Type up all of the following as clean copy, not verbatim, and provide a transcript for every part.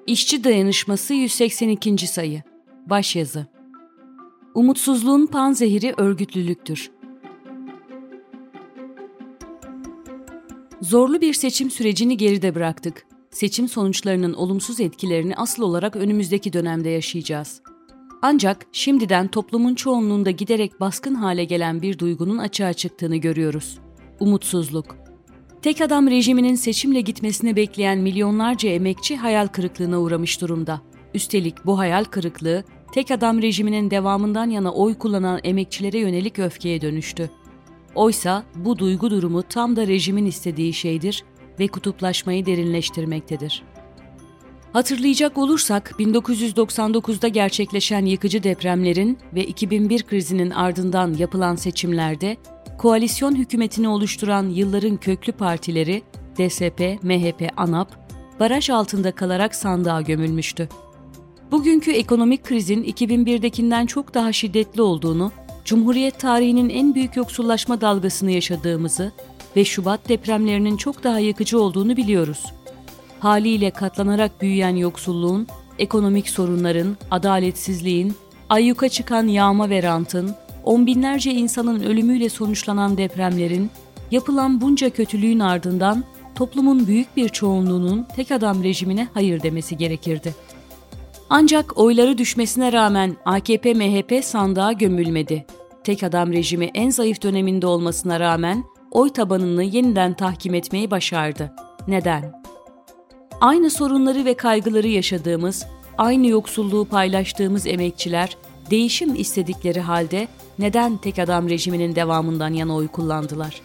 İşçi Dayanışması 182. sayı. Başyazı. Umutsuzluğun panzehiri örgütlülüktür. Zorlu bir seçim sürecini geride bıraktık. Seçim sonuçlarının olumsuz etkilerini asıl olarak önümüzdeki dönemde yaşayacağız. Ancak şimdiden toplumun çoğunluğunda giderek baskın hale gelen bir duygunun açığa çıktığını görüyoruz. Umutsuzluk. Tek adam rejiminin seçimle gitmesini bekleyen milyonlarca emekçi hayal kırıklığına uğramış durumda. Üstelik bu hayal kırıklığı, tek adam rejiminin devamından yana oy kullanan emekçilere yönelik öfkeye dönüştü. Oysa bu duygu durumu tam da rejimin istediği şeydir ve kutuplaşmayı derinleştirmektedir. Hatırlayacak olursak 1999'da gerçekleşen yıkıcı depremlerin ve 2001 krizinin ardından yapılan seçimlerde koalisyon hükümetini oluşturan yılların köklü partileri DSP, MHP, ANAP baraj altında kalarak sandığa gömülmüştü. Bugünkü ekonomik krizin 2001'dekinden çok daha şiddetli olduğunu, Cumhuriyet tarihinin en büyük yoksullaşma dalgasını yaşadığımızı ve Şubat depremlerinin çok daha yıkıcı olduğunu biliyoruz. Haliyle katlanarak büyüyen yoksulluğun, ekonomik sorunların, adaletsizliğin, ayyuka çıkan yağma ve rantın, on binlerce insanın ölümüyle sonuçlanan depremlerin, yapılan bunca kötülüğün ardından toplumun büyük bir çoğunluğunun tek adam rejimine hayır demesi gerekirdi. Ancak oyları düşmesine rağmen AKP-MHP sandığa gömülmedi. Tek adam rejimi en zayıf döneminde olmasına rağmen oy tabanını yeniden tahkim etmeyi başardı. Neden? Aynı sorunları ve kaygıları yaşadığımız, aynı yoksulluğu paylaştığımız emekçiler değişim istedikleri halde neden tek adam rejiminin devamından yana oy kullandılar?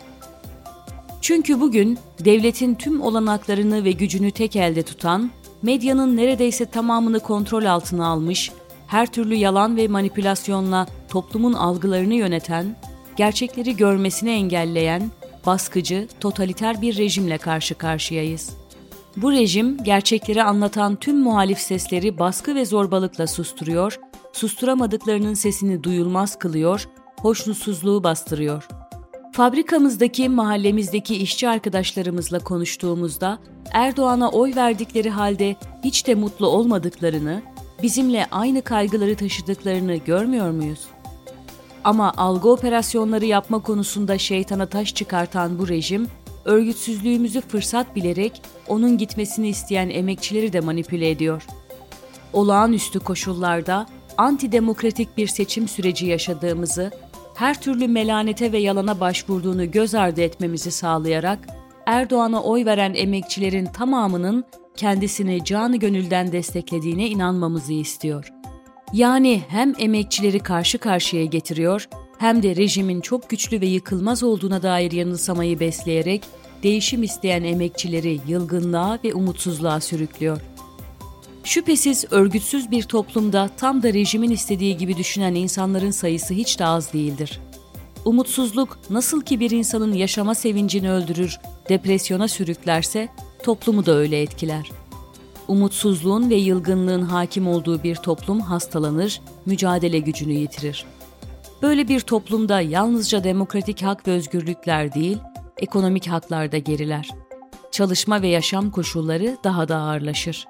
Çünkü bugün devletin tüm olanaklarını ve gücünü tek elde tutan, medyanın neredeyse tamamını kontrol altına almış, her türlü yalan ve manipülasyonla toplumun algılarını yöneten, gerçekleri görmesini engelleyen, baskıcı, totaliter bir rejimle karşı karşıyayız. Bu rejim, gerçekleri anlatan tüm muhalif sesleri baskı ve zorbalıkla susturuyor, susturamadıklarının sesini duyulmaz kılıyor, hoşnutsuzluğu bastırıyor. Fabrikamızdaki, mahallemizdeki işçi arkadaşlarımızla konuştuğumuzda Erdoğan'a oy verdikleri halde hiç de mutlu olmadıklarını, bizimle aynı kaygıları taşıdıklarını görmüyor muyuz? Ama algı operasyonları yapma konusunda şeytana taş çıkartan bu rejim, örgütsüzlüğümüzü fırsat bilerek onun gitmesini isteyen emekçileri de manipüle ediyor. Olağanüstü koşullarda antidemokratik bir seçim süreci yaşadığımızı, her türlü melanete ve yalana başvurduğunu göz ardı etmemizi sağlayarak Erdoğan'a oy veren emekçilerin tamamının kendisini canı gönülden desteklediğine inanmamızı istiyor. Yani hem emekçileri karşı karşıya getiriyor, hem de rejimin çok güçlü ve yıkılmaz olduğuna dair yanılsamayı besleyerek değişim isteyen emekçileri yılgınlığa ve umutsuzluğa sürüklüyor. Şüphesiz örgütsüz bir toplumda tam da rejimin istediği gibi düşünen insanların sayısı hiç de az değildir. Umutsuzluk nasıl ki bir insanın yaşama sevincini öldürür, depresyona sürüklerse toplumu da öyle etkiler. Umutsuzluğun ve yılgınlığın hakim olduğu bir toplum hastalanır, mücadele gücünü yitirir. Böyle bir toplumda yalnızca demokratik hak ve özgürlükler değil, ekonomik haklar da geriler. Çalışma ve yaşam koşulları daha da ağırlaşır.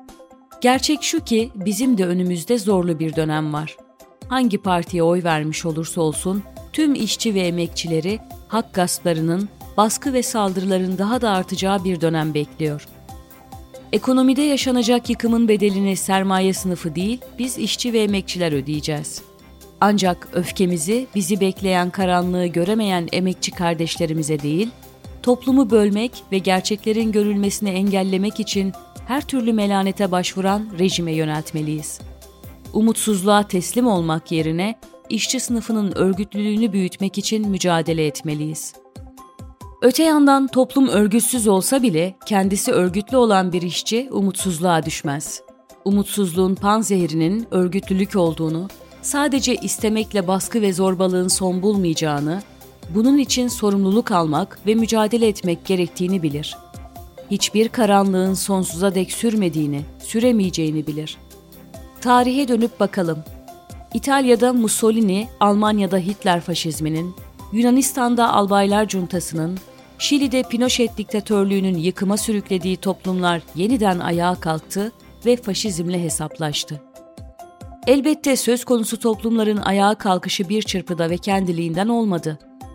Gerçek şu ki bizim de önümüzde zorlu bir dönem var. Hangi partiye oy vermiş olursa olsun tüm işçi ve emekçileri hak gasplarının, baskı ve saldırıların daha da artacağı bir dönem bekliyor. Ekonomide yaşanacak yıkımın bedelini sermaye sınıfı değil, biz işçi ve emekçiler ödeyeceğiz. Ancak öfkemizi bizi bekleyen karanlığı göremeyen emekçi kardeşlerimize değil, toplumu bölmek ve gerçeklerin görülmesini engellemek için her türlü melanete başvuran rejime yöneltmeliyiz. Umutsuzluğa teslim olmak yerine işçi sınıfının örgütlülüğünü büyütmek için mücadele etmeliyiz. Öte yandan toplum örgütsüz olsa bile kendisi örgütlü olan bir işçi umutsuzluğa düşmez. Umutsuzluğun panzehirinin örgütlülük olduğunu, sadece istemekle baskı ve zorbalığın son bulmayacağını, bunun için sorumluluk almak ve mücadele etmek gerektiğini bilir. Hiçbir karanlığın sonsuza dek sürmediğini, süremeyeceğini bilir. Tarihe dönüp bakalım. İtalya'da Mussolini, Almanya'da Hitler faşizminin, Yunanistan'da Albaylar Cuntası'nın, Şili'de Pinochet diktatörlüğünün yıkıma sürüklediği toplumlar yeniden ayağa kalktı ve faşizmle hesaplaştı. Elbette söz konusu toplumların ayağa kalkışı bir çırpıda ve kendiliğinden olmadı.